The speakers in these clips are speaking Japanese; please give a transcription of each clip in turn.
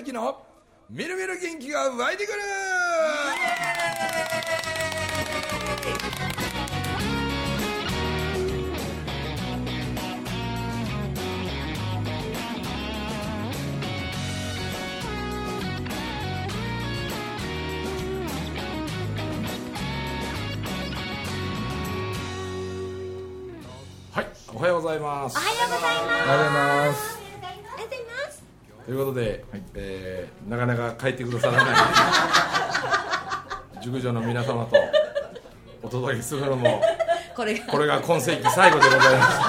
之のみるみる元気が湧いてくる。はい、おはようございます。 おはようございます。 おはようございます。 ということで、なかなか帰ってくださらない熟女の皆様とお届けするのもこれが今世紀最後でござい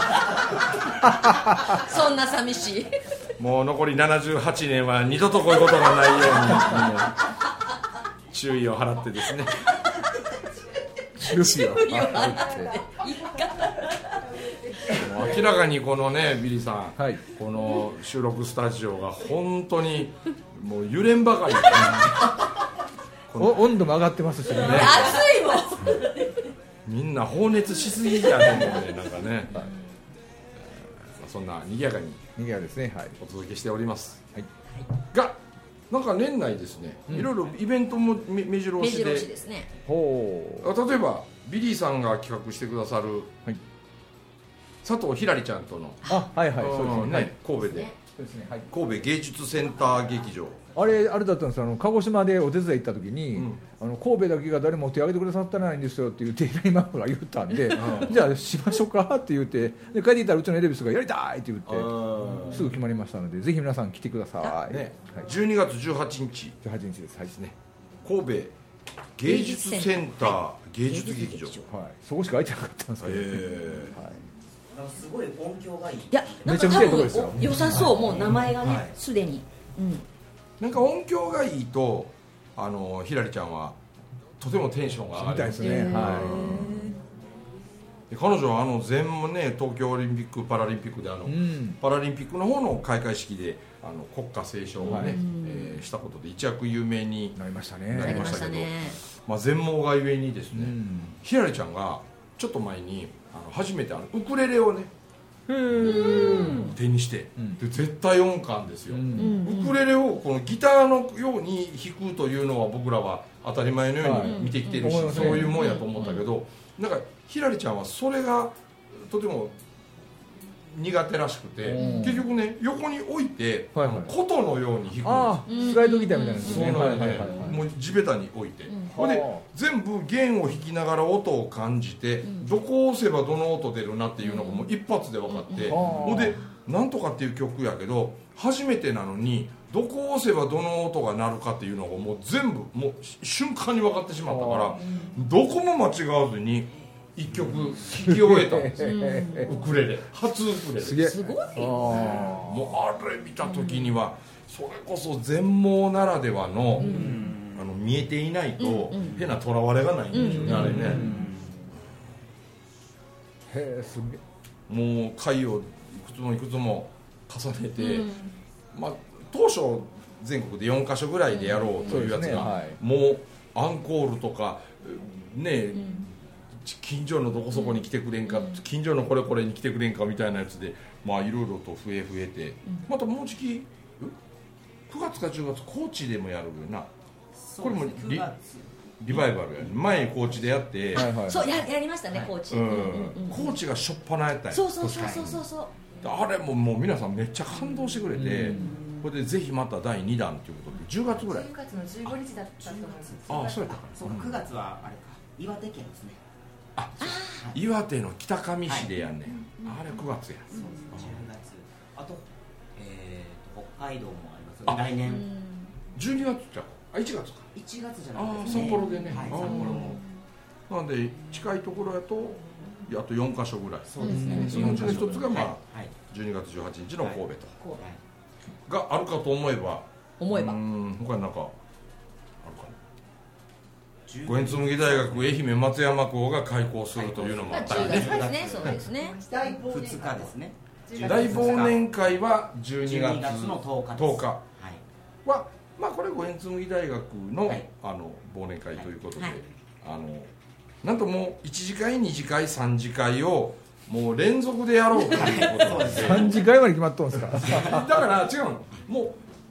ます。 そんな寂しい。 もう残り78年は二度とこういうことがないように注意を払ってですね。 注意を払って明らかにこのねビリーさん、 はい、 この収録スタジオが本当にもう揺れんばかり温度も上がってますしね。 暑いもん。 みんな放熱しすぎやと思うね、なんかね、はい、そんな賑やかにですね、はい、 お届けしております、 はい、 がなんか年内ですね、いろいろイベントも目白押しで、 ですね。 例えばビリーさんが企画してくださる、はい、佐藤ひらりちゃんとの、 はいはい、そうですね、はい、 神戸で、 そうですね、はい、 神戸芸術センター劇場、 あれだったんです。鹿児島でお手伝い行った時に、神戸だけが誰も手を挙げてくださってないんですよって言って平井ママが言ったんで、じゃあしましょうかって言って、で帰ってきたらうちのエレビスがやりたいって言ってすぐ決まりましたので、ぜひ皆さん来てください、ね、 はい、12月18日です、はい、 ですね、神戸芸術センター芸術劇場、 はい、そこしか空いてなかったんですけど、はい、 すごい音響がいい。 いや、 めちゃくちゃいいとこですよ。 良さそう、もう名前がね、すでに。 なんか音響がいいと、ひらりちゃんはとてもテンションが上がるみたいですね。はい。彼女は前もね、東京オリンピックパラリンピックでパラリンピックの方の開会式で国歌斉唱をね、したことで一躍有名になりましたけど、まあ全盲がゆえにですね、ひらりちゃんがちょっと前に初めてウクレレをね手にして、で絶対音感ですよ、ウクレレをこのギターのように弾くというのは僕らは当たり前のように見てきてるし、そういうもんやと思ったけど、なんかひらりちゃんはそれがとても苦手らしくて、結局ね横に置いて琴のように弾くんです。 スライドギターみたいなやつね。 もう地べたに置いて、で全部弦を弾きながら音を感じて、どこを押せばどの音出るなっていうのがもう一発で分かって、ほんでなんとかっていう曲やけど初めてなのにどこを押せばどの音が鳴るかっていうのがもう全部もう瞬間に分かってしまったから、どこも間違わずに一曲弾き終えたんですよ。ウクレレ、初ウクレレ。 すごい。 もうあれ見た時にはそれこそ全盲ならではの、見えていないと変なとらわれがないんでしょうね、あれね。 へえ、すげえ。もう回をいくつもいくつも重ねて、まあ当初全国で4カ所ぐらいでやろうというやつが、もうアンコールとかね、近所のどこそこに来てくれんか、近所のこれこれに来てくれんかみたいなやつで、まあいろいろと増えて、またもうじき9月か10月高知でもやるよな。これもリバイバルやね。前に高知でやって、 そうやりましたね、高知。 高知がしょっぱなやったんや。 そう。 あれももう皆さんめっちゃ感動してくれて、これでぜひまた第2弾ということで10月ぐらい。 10月の15日だったと思います。 ああ、そうやったか。 そう9月はあれか、岩手県ですね。 あ、岩手の北上市でやんねん。あれ9月や。 そうです。10月。あと北海道もあります。来年。 12月じゃん。1月か。 1月じゃないですね。札幌でね。 はい、札幌も。 なので近いところやとあと4カ所ぐらい。 そうですね。 そのうちの一つがまあ12月18日の神戸とがあるかと思えば。他になんかあるかな。五円紬大学愛媛松山校が開校するというのもあったりね。 そうですね。 2日ですね。 大忘年会は12月の10日は、まあこれ五円紬大学の忘年会ということで、なんともう1次会2次会3次会をもう連続でやろうということで 3次会まで決まっとんですか。 だから違うの、もう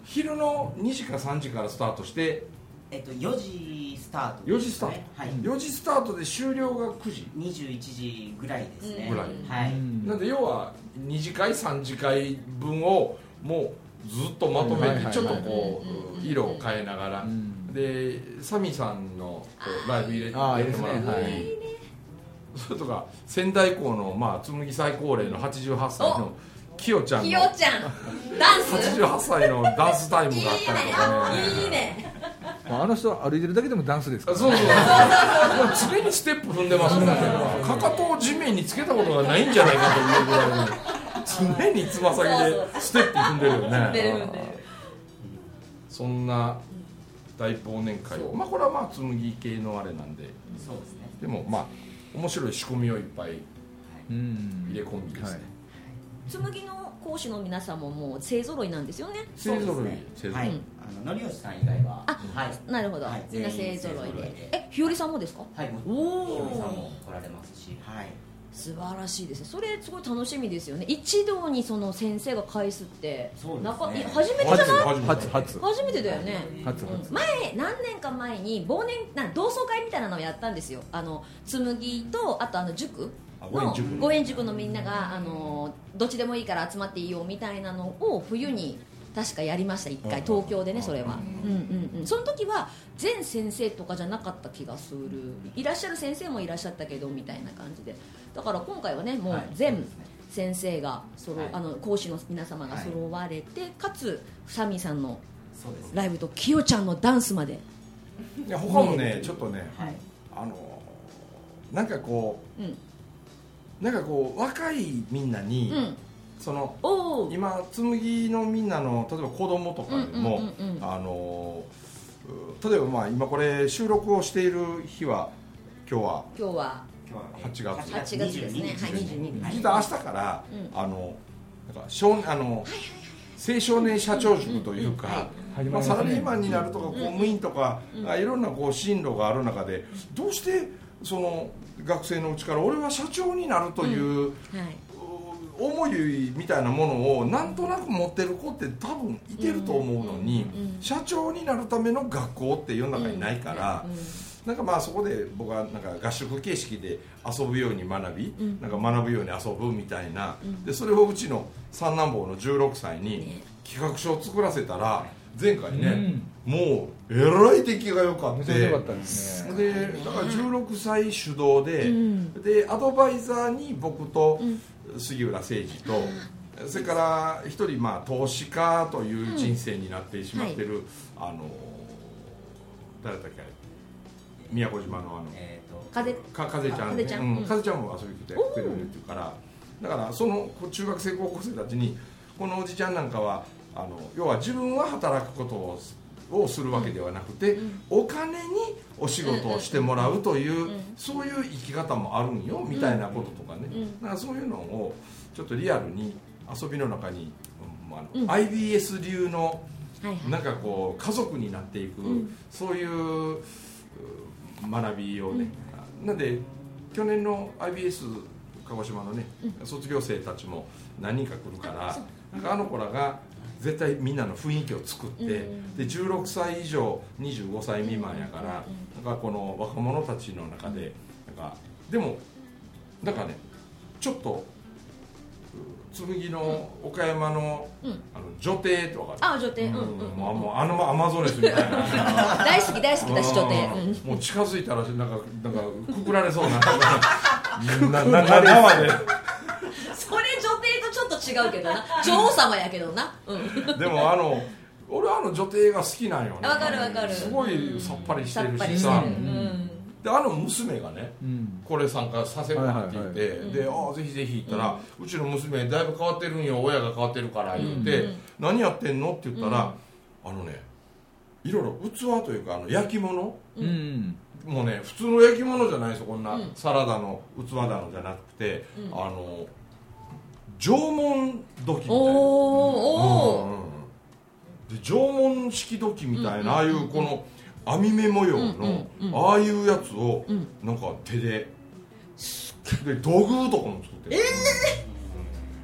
昼の2時か3時からスタートして、 4時スタート 4時スタート、 はい、 4時スタートで終了が9時 21時ぐらいですね、 ぐらい、 はい、 なんで要は2次会3次会分をもうずっとまとめてちょっとこう色を変えながら、でサミさんのライブ入れてもらって、それとか仙台校のまあ紬最高齢の88歳のきよちゃんのダンス 88歳のダンスタイムがあったりとかね、 いいね。 あの人歩いてるだけでもダンスですから、ね、 そう常にステップ踏んでますね。かかとを地面につけたことがないんじゃないかというぐらい常につま先でステップ踏んでるよね。そんな大忘年会を、まあこれはまあ紬系のあれなんで、 そうですね。 でもまあ面白い仕込みをいっぱい入れ込みですね。 紬の講師の皆さんももう勢ぞろいなんですよね。 勢ぞろい、 はい。のりよしさん以外は、 はい、なるほど、みんな勢ぞろいで。ひよりさんもですか？ はい、ひよりさんも来られますし、はい。 素晴らしいですね。それすごい楽しみですよね。一堂にその先生が返すって、初めてじゃない？初めてだよね。前何年か前に忘年同窓会みたいなのをやったんですよ。紬とあと塾のご縁塾のみんながどっちでもいいから集まっていいよみたいなのを冬に確かやりました。1回東京でね。それはその時は全先生とかじゃなかった気がする。いらっしゃる先生もいらっしゃったけどみたいな感じで、だから今回はねもう全先生が講師の皆様が揃われて、かつサミさんのライブときよちゃんのダンスまで。 いや他もねちょっとね、なんかこう若いみんなに、その今紬のみんなの例えば子供とかでも例えばまあ今これ収録をしている日は今日は8月ですね。はい、22日。 実は明日からなんか青少年社長塾というか、サラリーマンになるとか公務員とかいろんなこう進路がある中で、どうしてその学生のうちから俺は社長になるという思いみたいなものをなんとなく持ってる子って多分いてると思うのに、社長になるための学校って世の中にないから、なんかまあそこで僕はなんか合宿形式で遊ぶように学び、なんか学ぶように遊ぶみたいな、でそれをうちの三男坊の16歳に企画書を作らせたら、前回ね、もうえらい出来が良かった。でだから16歳主導で、アドバイザーに僕と杉浦誠二と、それから一人まあ投資家という人生になってしまってる、誰だっけ、宮古島の風ちゃん、風ちゃんも遊びに来てくれるっていうから、だからその中学生高校生たちに、このおじちゃんなんかは要は自分は働くことをするわけではなくて、お金にお仕事をしてもらうという、そういう生き方もあるんよみたいなこととかね、だからそういうのをちょっとリアルに遊びの中に、IBS 流のなんかこう家族になっていく、そういう学びをね、なんで去年の IBS 鹿児島のね、卒業生たちも何人か来るから、なんか子らが絶対みんなの雰囲気を作って、で16歳以上25歳未満やから、なんかこの若者たちの中でなんかでもなんかね、ちょっと紬の岡山の女帝って分かる？ 女帝、 もうアマゾネスみたいな大好きだし女帝、 もう近づいたらなんかくくられそうな生でそれ女帝とちょっと違うけどな、女王様やけどな、 でも俺は女帝が好きなんよね。 わかるすごいさっぱりしてるしさ、で娘がね、これ参加させるって言って、でぜひぜひ行ったら、うちの娘だいぶ変わってるんよ、親が変わってるから言って、何やってんのって言ったら、いろいろ器というか焼き物、もうね普通の焼き物じゃないですよ、こんなサラダの器だのじゃなくて、縄文土器みたいな、で縄文式土器みたいな、ああいうこの網目模様のああいうやつをなんか手で道具とかも作ってる、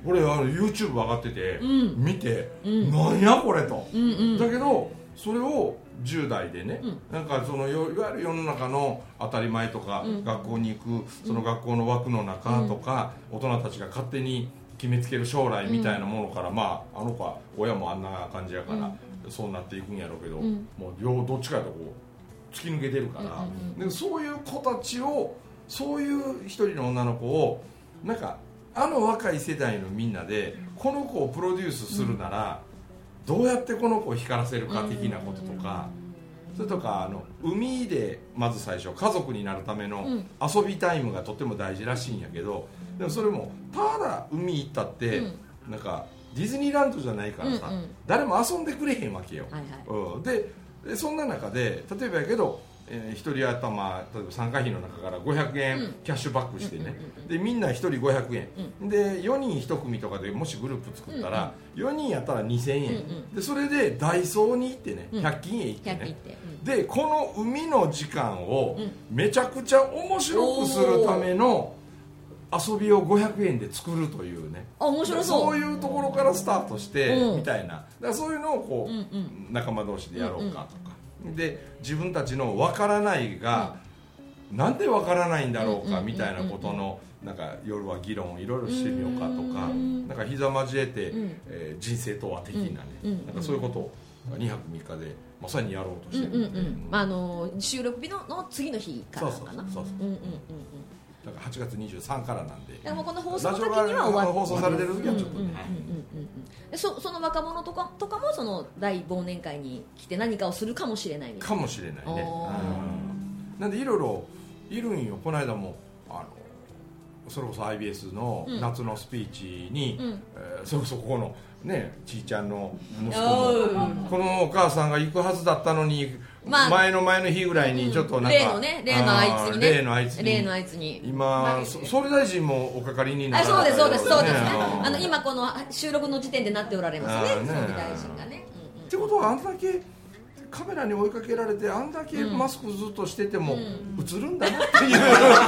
俺YouTube 上がってて、見て、なんやこれと、だけどそれを10代でね、なんかそのいわゆる世の中の当たり前とか、学校に行くその学校の枠の中とか、大人たちが勝手に決めつける将来みたいなものから、まああの子は親もあんな感じやから、そうなっていくんやろうけど、もうどっちかとこう突き抜けてるから、でそういう子たちを、そういう一人の女の子をなんか若い世代のみんなでこの子をプロデュースするなら、どうやってこの子を光らせるか的なこととか、それとか海でまず最初家族になるための遊びタイムがとても大事らしいんやけど、でもそれもただ海行ったって、なんかディズニーランドじゃないからさ、誰も遊んでくれへんわけよ、でそんな中で例えばやけど、1人頭例えば参加費の中から500円キャッシュバックしてね、でみんな1人500円、で4人1組とかでもしグループ作ったら、4人やったら2000円、でそれでダイソーに行ってね、100均へ行ってね、でこの海の時間をめちゃくちゃ面白くするための遊びを500円で作るというね、 面白そういうところからスタートして、みたいな、だからそういうのをこう、仲間同士でやろうかとか、で自分たちの分からないが、なんで分からないんだろうかみたいなことの、なんか夜は議論をいろいろしてみようかとか、なんか膝交えて、人生とは的なね、なんかそういうことを2泊3日でまさにやろうとしてるんで、 収録日の次の日からかな。 だから8月23からなんで、 もうこの放送の時には終わって、 放送されてる時はちょっとね、 その若者とかもその大忘年会に来て何かをするかもしれないみたいな。 かもしれないね。なんでいろいろいるんよ。この間もそれこそ IBS の夏のスピーチに、それこそここのね、ちいちゃんの息子もこのお母さんが行くはずだったのに、前の日ぐらいにちょっとなんか、 例のあいつに今総理大臣もおかかりになられた。そうです今この収録の時点でなっておられますね、総理大臣がね。 ってことはあんだけカメラに追いかけられて、あんだけマスクずっとしてても映るんだなっていう、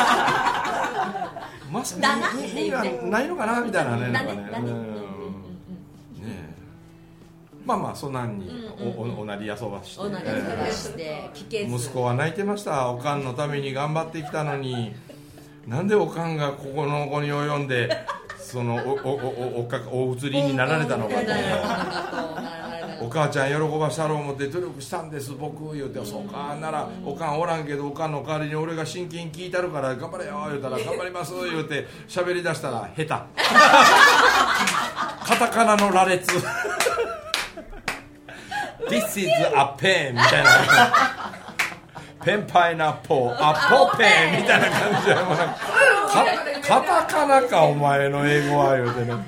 マスク意味がないのかなみたいなね、なんかね。まあそんなんにおなり遊ばして息子は泣いてました。おかんのために頑張ってきたのに、なんでおかんがここの子に及んでそのお移りになられたのかと、お母ちゃん喜ばしたろう思って努力したんです僕言うて、そうかならおかんおらんけど、おかんの代わりに俺が真剣聞いたるから頑張れよ言うたら、頑張ります言うて喋り出したら下手カタカナの羅列This is a pen みたいなペンパイナッポーアッポペンみたいな感じで、もうなんかカタカナかお前の英語は言うてね。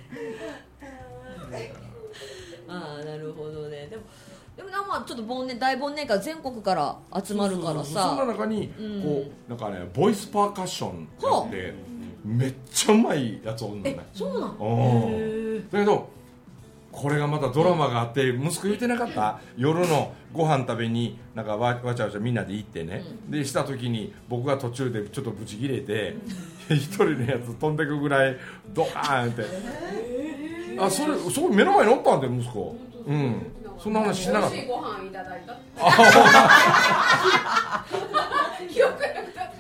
なるほどね。でもちょっと大忘年会全国から集まるからさ、 そんな中にこうなんかね、ボイスパーカッションってめっちゃうまいやつおんのね。 そうなの？ だけどこれがまたドラマがあって、息子言ってなかった？夜のご飯食べになんかわちゃわちゃみんなで行ってね、でした時に僕が途中でちょっとブチ切れて一人のやつ飛んでくぐらいドカーンって、そこ目の前におったんで息子、そんな話しなかった。美味しいご飯いただいた記憶なくな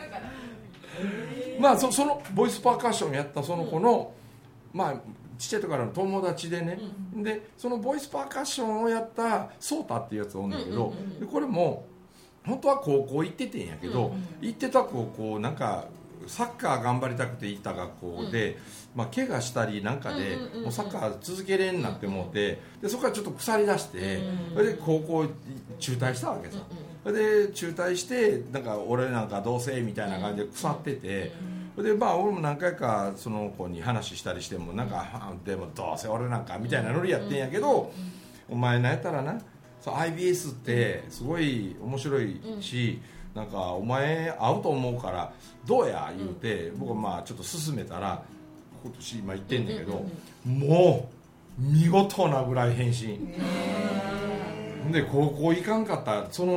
ったからそのボイスパーカッションやったその子の、ちっちゃい時からの友達でね、でそのボイスパーカッションをやったソータっていうやつおんだけど、でこれも本当は高校行っててんやけど、行ってた高校なんかサッカー頑張りたくて行った学校で、怪我したりなんかでもうサッカー続けれんなって思って、でそこからちょっと腐り出して、それで高校中退したわけさ。それで中退してなんか俺なんかどうせみたいな感じで腐ってて、で俺も何回かその子に話したりしてもなんかでもどうせ俺なんかみたいなノリやってんやけど、お前なんやったらな、IBS ってすごい面白いし、なんかお前合うと思うからどうや言うて、僕はちょっと勧めたら今年今言ってんだけど、もう見事なぐらい返信で、高校行かんかったそのな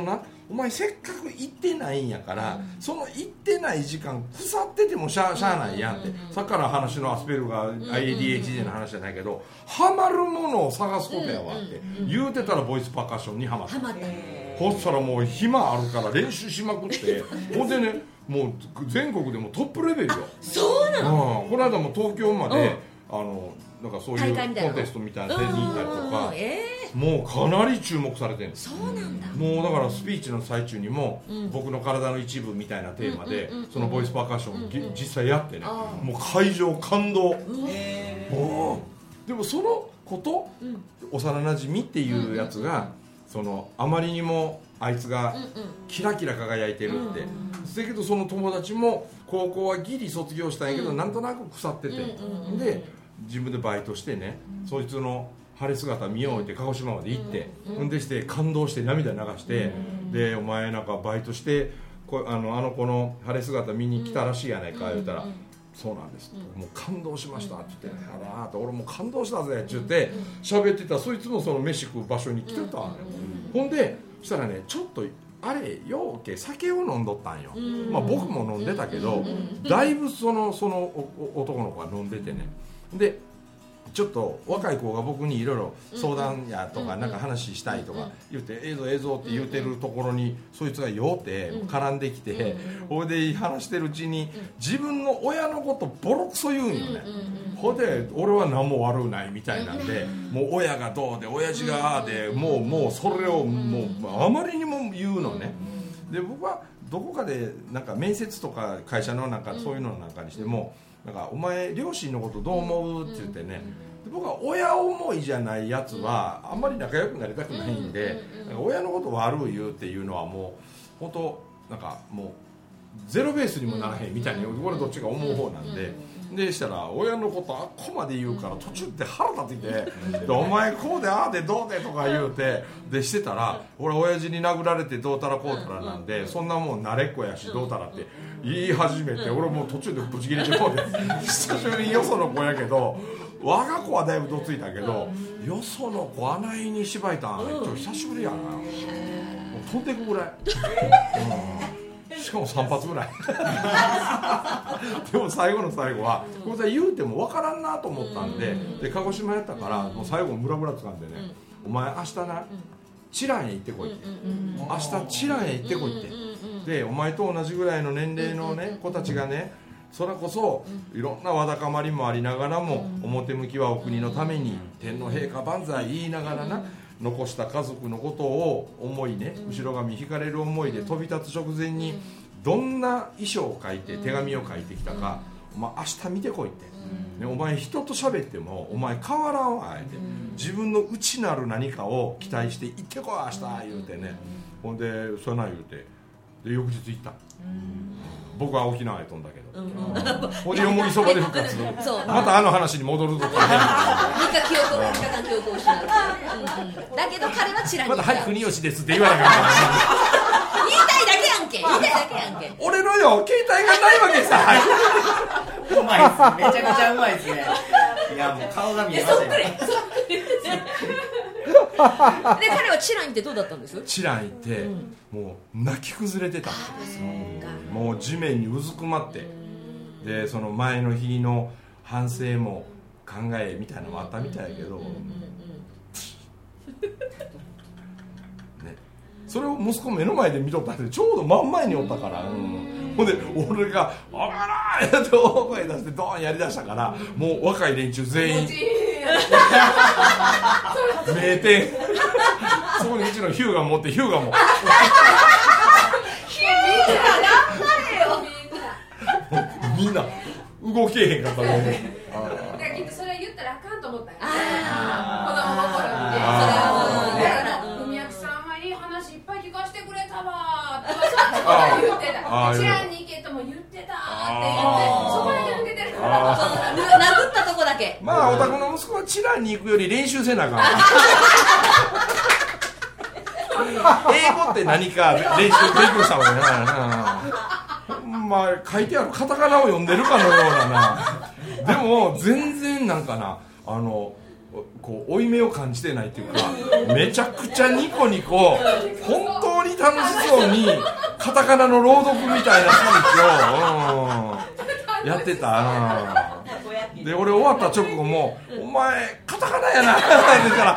お前せっかく行ってないんやから、その行ってない時間腐っててもしゃあないやんって、さっきから話のアスペルガー ADHD の話じゃないけど、ハマるものを探すことやわって言うてたら、ボイスパーカッションにハマった。ほしたらもう暇あるから練習しまくってほんでね、もう全国でもトップレベルよ。 そうなの。 この間も東京までなんかそういうコンテストみたいな点に行ったりとか、もうかなり注目されてるんです。 そうなんだ。 もうだからスピーチの最中にも、僕の体の一部みたいなテーマでそのボイスパーカッションを実際やってね、もう会場感動。でもその子と幼なじみっていうやつが、そのあまりにもあいつがキラキラ輝いてるって、だけどその友達も高校はギリ卒業したんやけど、なんとなく腐ってて、で自分でバイトしてね、そいつの晴れ姿見ようって鹿児島まで行って、でして感動して涙流して、でお前なんかバイトしてあの子の晴れ姿見に来たらしいやないか言うたら、そうなんです、もう感動しましたって言って、あらーって俺も感動したぜって言って喋ってた、そいつもその飯食う場所に来てたのよ。ほんでそしたらね、ちょっとあれようけ酒を飲んどったんよ。僕も飲んでたけど、だいぶその男の子が飲んでてね、でちょっと若い子が僕にいろいろ相談やとかなんか話したいとか言って映像って言うてるところにそいつが酔って絡んできて、ほいで話してるうちに自分の親のことボロクソ言うんよね。ほいで俺は何も悪うないみたいなんで、もう親がどうで親父がああで、もうそれをもうあまりにも言うのね。で僕はどこかでなんか面接とか会社のなんかそういうのなんかにしても、なんかお前両親のことどう思うって言ってね、僕は親思いじゃないやつはあんまり仲良くなりたくないんで、なんか親のこと悪い言うっていうのはもう本当なんかもうゼロベースにもならへんみたいに俺どっちが思う方なんで、でしたら親のことあっこまで言うから途中で腹立ってきて、お前こうでああでどうでとか言うてでしてたら、俺親父に殴られてどうたらこうたらなんで、そんなもん慣れっこやしどうたらって言い始めて、俺もう途中でブチ切れてもうて、久しぶりによその子やけど我が子はだいぶどついたけど、よその子あないに縛いたんちょっと久しぶりやな。もう飛んでいくぐらい、しかも3発ぐらいでも最後の最後はこれ言うても分からんなと思ったんで、鹿児島やったからもう最後ムラムラつかんでね、お前明日なチランへ行ってこいって、明日チランへ行ってこいって、でお前と同じぐらいの年齢のね子たちがね、それこそいろんなわだかまりもありながらも、表向きはお国のために天皇陛下万歳言いながらな、残した家族のことを思いね、後ろ髪引かれる思いで飛び立つ直前にどんな遺書を書いて手紙を書いてきたか、お前明日見てこいって、ね、お前人と喋ってもお前変わらんわって、自分の内なる何かを期待して行ってこい明日言うてね、ほんでそんなん言うて、で翌日行った。僕は沖縄へ飛んだけど、ほんでよもぎそばで復活する。またあの話に戻るとかね、 3日記憶を失う。だけど彼はチラにまた「はい国吉です」って言わなかった言いたいだけやんけ。 俺のよ携帯がないわけさうまいっす、めちゃくちゃうまいっすね。いやもう顔が見えましたよ。 で彼はチラン行ってどうだったんです？ チラン行って、もう泣き崩れてたんですよ。もう地面にうずくまって、でその前の日の反省も考えみたいなのもあったみたいやけど、ね、それを息子目の前で見とったんでちょうど真ん前におったから、ほんで俺が「おらら!」って大声出してドーンやりだしたから、もう若い連中全員名店そこにうちのヒューガ持って、ヒューガもみんな動けへんかったね。 きっとそれ言ったらあかんと思ったよね。 子供心にね。だから文明さんはいい話いっぱい聞かせてくれたわってそう言ってた。チランに行けとも言ってたって言って、そこだけ抜けてるから。 殴ったとこだけ。 まあお宅の息子はチランに行くより練習せなあかん。英語って何か練習勉強した方がいいな。まあ書いてあるカタカナを読んでるかのようなな。でも全然なんかな、 こう負い目を感じてないっていうかめちゃくちゃニコニコ本当に楽しそうにカタカナの朗読みたいな感じをやってた。で俺終わった直後もお前カタカナやなって言ったら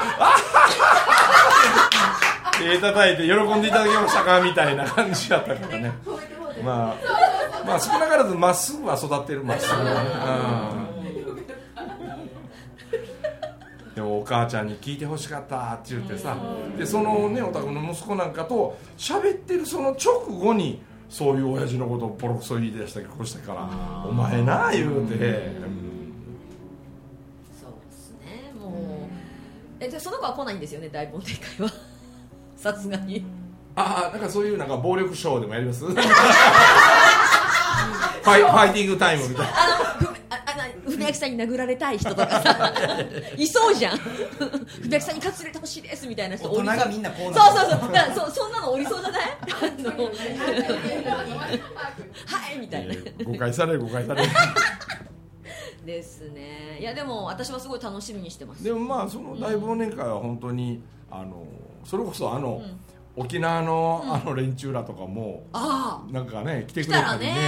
手叩いて喜んでいただけましたかみたいな感じだったからね。まあ少なからずまっすぐは育ってるまっすぐ、でもお母ちゃんに聞いてほしかったって言ってさ、でそのねお宅の息子なんかと喋ってるその直後にそういう親父のことをボロクソ言い出したりこうしたからお前な言うて、そうですね。もうでその子は来ないんですよね大忘年会はさすがに。 なんかそういうなんか暴力ショーでもやりますファイティングタイムみたいな。 文明さんに殴られたい人とかさいそうじゃん。文明さんにカツ入れてほしいですみたいな人大人がみんなこうなそうそんなのおりそうじゃないはいみたいな、 誤解されるですね。いやでも私はすごい楽しみにしてます。 でもまあその大忘年会は本当にそれこそ沖縄の連中らとかもなんかね来てくれたりね。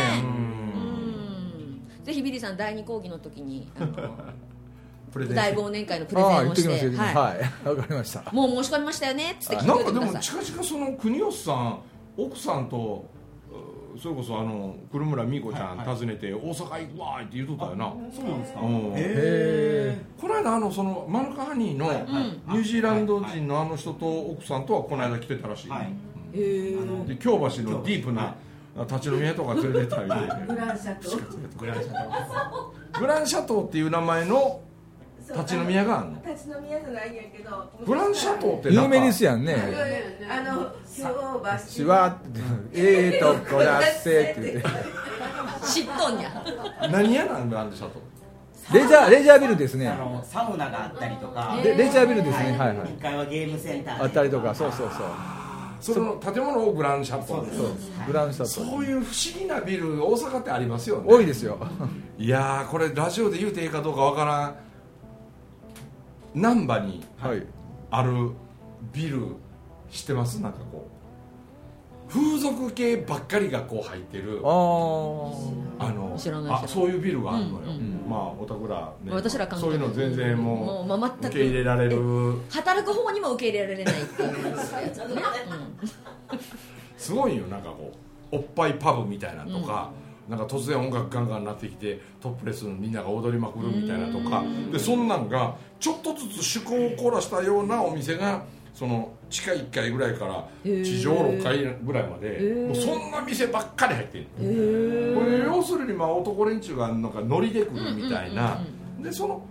ぜひビリーさん第2講義の時に大忘年会のプレゼンをして、 はいわかりました。 もう申し込みましたよねって聞いておいてください。 なんかでも近々その国吉さん奥さんとそれこそ古村美子ちゃん訪ねて大阪行くわって言うとったよな。 そうなんですか。 この間そのマヌカハニーのニュージーランド人の人と奥さんとはこの間来てたらしい。で京橋のディープな立ち飲み屋とか連れてったりでグランシャトーグランシャトーっていう名前の立ち飲み屋があるの。 立ち飲み屋じゃないんやけどグランシャトーって有名ですやんね。 京橋しわこらせって言って知っとんや。 何屋なんグランシャトー。 レジャービルですね。 サウナがあったりとかレジャービルですね。はい 1階はゲームセンターあったりとか。そうその建物をグランシャトー。 グランシャトー。 そういう不思議なビル大阪ってありますよね。 多いですよ。 いやーこれラジオで言うていいかどうかわからん。難波にあるビル知ってます？なんかこう風俗系ばっかりがこう入ってる知らないそういうビルがあるのよ。まあお宅らね私ら関係そういうの全然もう全く受け入れられる。 働く方にも受け入れられないっていうやつだね。 すごいよ。なんかこうおっぱいパブみたいなとか、なんか突然音楽ガンガンになってきてトップレスのみんなが踊りまくるみたいなとかで、そんなんがちょっとずつ趣向を凝らしたようなお店がその地下1階ぐらいから地上6階ぐらいまで、もうそんな店ばっかり入ってる。これ要するにまあ男連中がなんかノリで来るみたいな。でその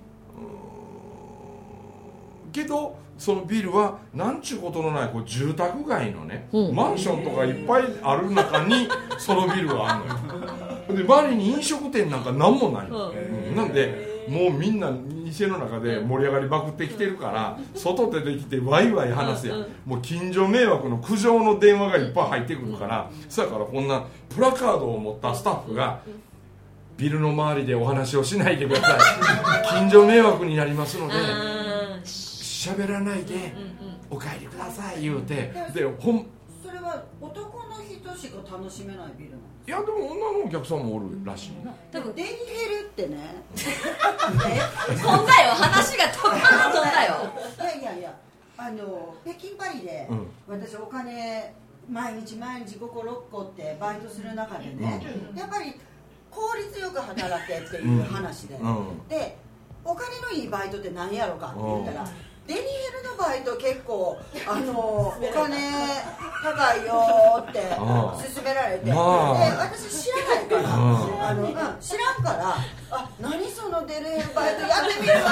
けどそのビルはなんちゅうことのないこう住宅街のね、マンションとかいっぱいある中にそのビルがあるのよ。で周りに飲食店なんか何もないの、なんでもうみんな店の中で盛り上がりまくってきてるから外出てきてワイワイ話すやん。もう近所迷惑の苦情の電話がいっぱい入ってくるから、そやからこんなプラカードを持ったスタッフがビルの周りでお話をしないでください近所迷惑になりますので喋らないでお帰りください言うて。でそれは男の人しか楽しめないビルなの？ いやでも女のお客さんもおるらしいな。 でもデニヘルってね飛んだよ話が飛んだよ。 いや北京パリで、私お金毎日5個6個ってバイトする中でね、やっぱり効率よく働けっていう話で、でお金のいいバイトって何やろかって言ったら、デニヘルのバイト結構お金高いよって勧められて、で私知らないから知らんから何そのデニヘルバイトやってみるわ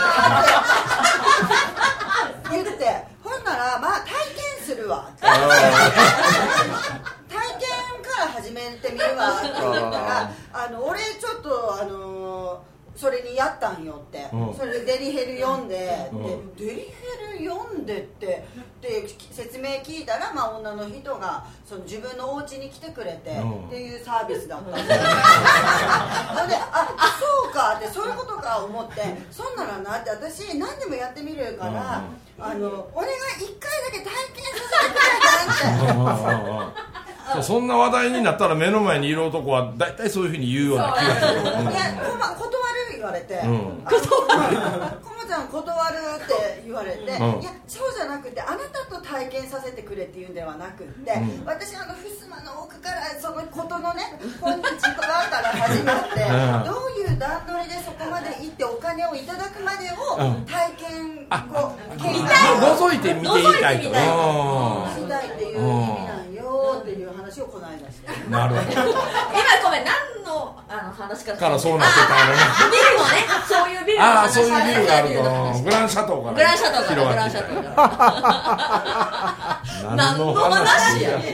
って言って、ほんならまあ体験するわって体験から始めてみるわって言ったら俺ちょっとそれにやったんよって、それでデリヘル読んで、でデリヘル読んでってで説明聞いたら、女の人がその自分のお家に来てくれて、っていうサービスだったんですで、そうかってそういうことか思って、そんならなって私何でもやってみるから、お願い1回だけ体験させてくれたってそんな話題になったら目の前にいる男は大体そういうふうに言うような気がする。 いや、断る言われて、コモちゃん断るって言われて、いやそうじゃなくてあなたと体験させてくれっていうんではなくって、私襖の奥からそのことのねこんにちはから始まってどういう段取りでそこまで行ってお金をいただくまでを体験を覗いて見ていたいとしたいっていう意味なんよっていう話をこの間して。 なるほど。 今ごめん、何の話からそうなってたのね。 ビルのね、そういうビルの話。 そういうビルがあるとグランシャトーから。 グランシャトーから。何の話や。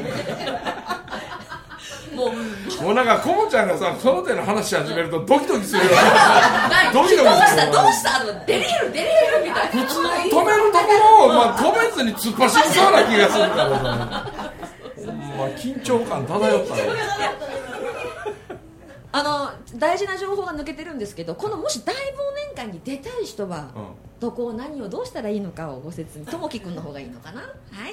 もうなんかコモちゃんがさその手の話し始めるとドキドキするよね。 どうしたデリヘルみたいな。 普通止めるところを止めずに突っ走りそうな気がするからさ。緊張感漂ったね。 大事な情報が抜けてるんですけど、このもし大忘年会に出たい人は、どこを何をどうしたらいいのかをご説明。ともきくんの方がいいのかな。はい。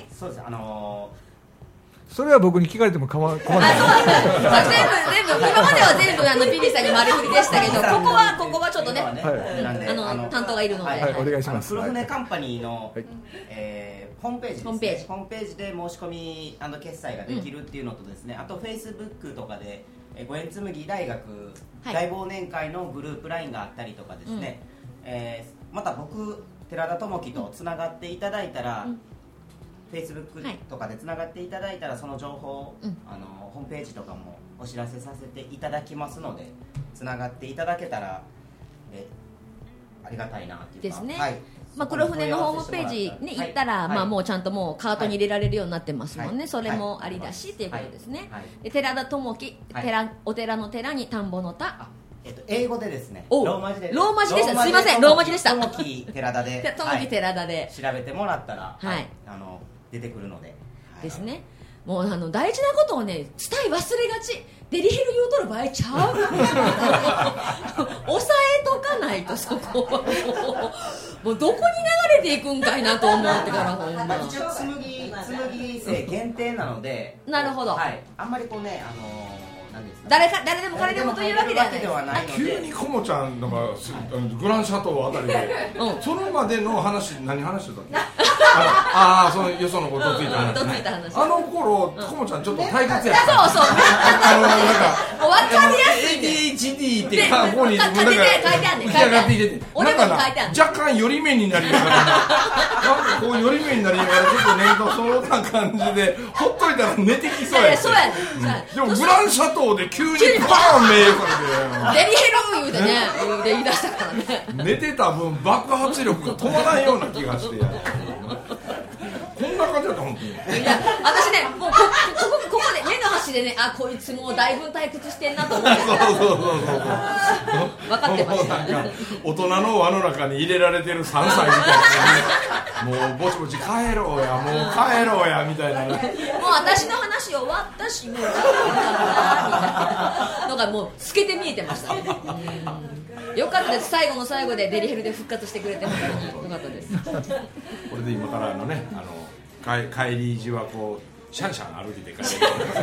そうです。 それは僕に聞かれても構わない。 全部今までは全部ビリーさんに丸振りでしたけど、ここはちょっとね、担当がいるので、 お願いします。 黒船カンパニーのホームページですね。ホームページで申し込み決済ができるっていうのとですね、あとフェイスブックとかで五円紬大学大忘年会のグループ LINE があったりとかですね、また僕寺田智樹とつながっていただいたら、フェイスブックとかでつながっていただいたら、その情報をホームページとかもお知らせさせていただきますので、つながっていただけたらありがたいなっていうかですね。 黒船のホームページに行ったら、もうちゃんともうカートに入れられるようになってますもんね。それもありだしっていうことですね。寺田智樹、お寺の寺に田んぼの田。 英語でですね。ローマ字で。 ローマ字でした。すいません、ローマ字でした。 智樹寺田で。 智樹寺田で調べてもらったら出てくるので。 ですね。もう大事なことをね伝え忘れがち。デリヘル言うとる場合ちゃう。抑えとかないと、そこはもうどこに流れていくんかいなと思ってからほんま。 一応紬生限定なので。 なるほど。 あんまりこうね誰でも彼でもというわけではない。 急にコモちゃんのがグランシャトーあたりで、それまでの話何話してたっけ？そのよそのことついた話ね。あの頃コモちゃんちょっと退屈やった。 そう分かりやすい。 ADHD ってここになんか浮き上がっていてて、なんか若干寄り目になりながら、なんかこう寄り目になりながらちょっと寝るとそんな感じでほっといたら寝てきそうや。 そうや。 でもグランシャトーで急にパーン目されてデリヘル言うてね言い出したからね。 寝てた分爆発力が止まらんような気がしてこんな感じだった。本当に。 いや私ね、もうここで目の端でね、こいつもうだいぶ退屈してんなと思って。そう分かってました。 大人の輪の中に入れられてる3歳みたいな、もうぼちぼち帰ろうやみたいな。もう私の話終わったしもういいかなみたいなのがもう透けて見えてましたね。よかったです。最後の最後でデリヘルで復活してくれて本当によかったです。 これで今から帰り路はこうシャンシャン歩いて帰る。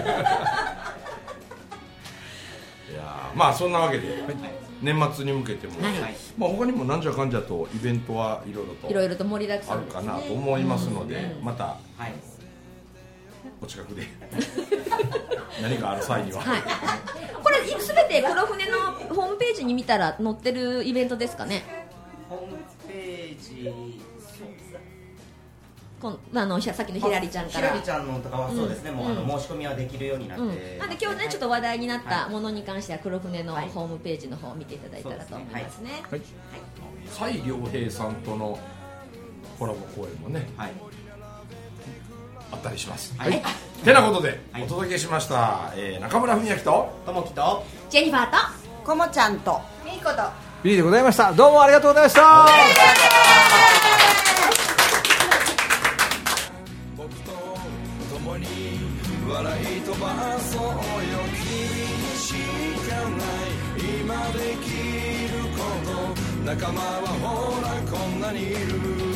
いやそんなわけで、年末に向けても、他にもなんじゃかんじゃとイベントはいろいろと盛りだくさんあるかなと思いますので、またお近くで何かある際には、 これ全て黒船のホームページに見たら載ってるイベントですかね。 ホームページさっきのひらりちゃんから、 ひらりちゃんのとかはそうですね、もう申し込みはできるようになって、 なんで今日ねちょっと話題になったものに関しては黒船のホームページの方を見ていただいたらと思いますね。 蔡良平さんとのコラボ公演もね、あったりします。てなことでお届けしました、中村文明とともきとジェニファーとコモちゃんとみーことビリーでございました。どうもありがとうございました。 僕と共に笑い飛ばそうよ、君にしかない今できること、仲間はほらこんなにいる。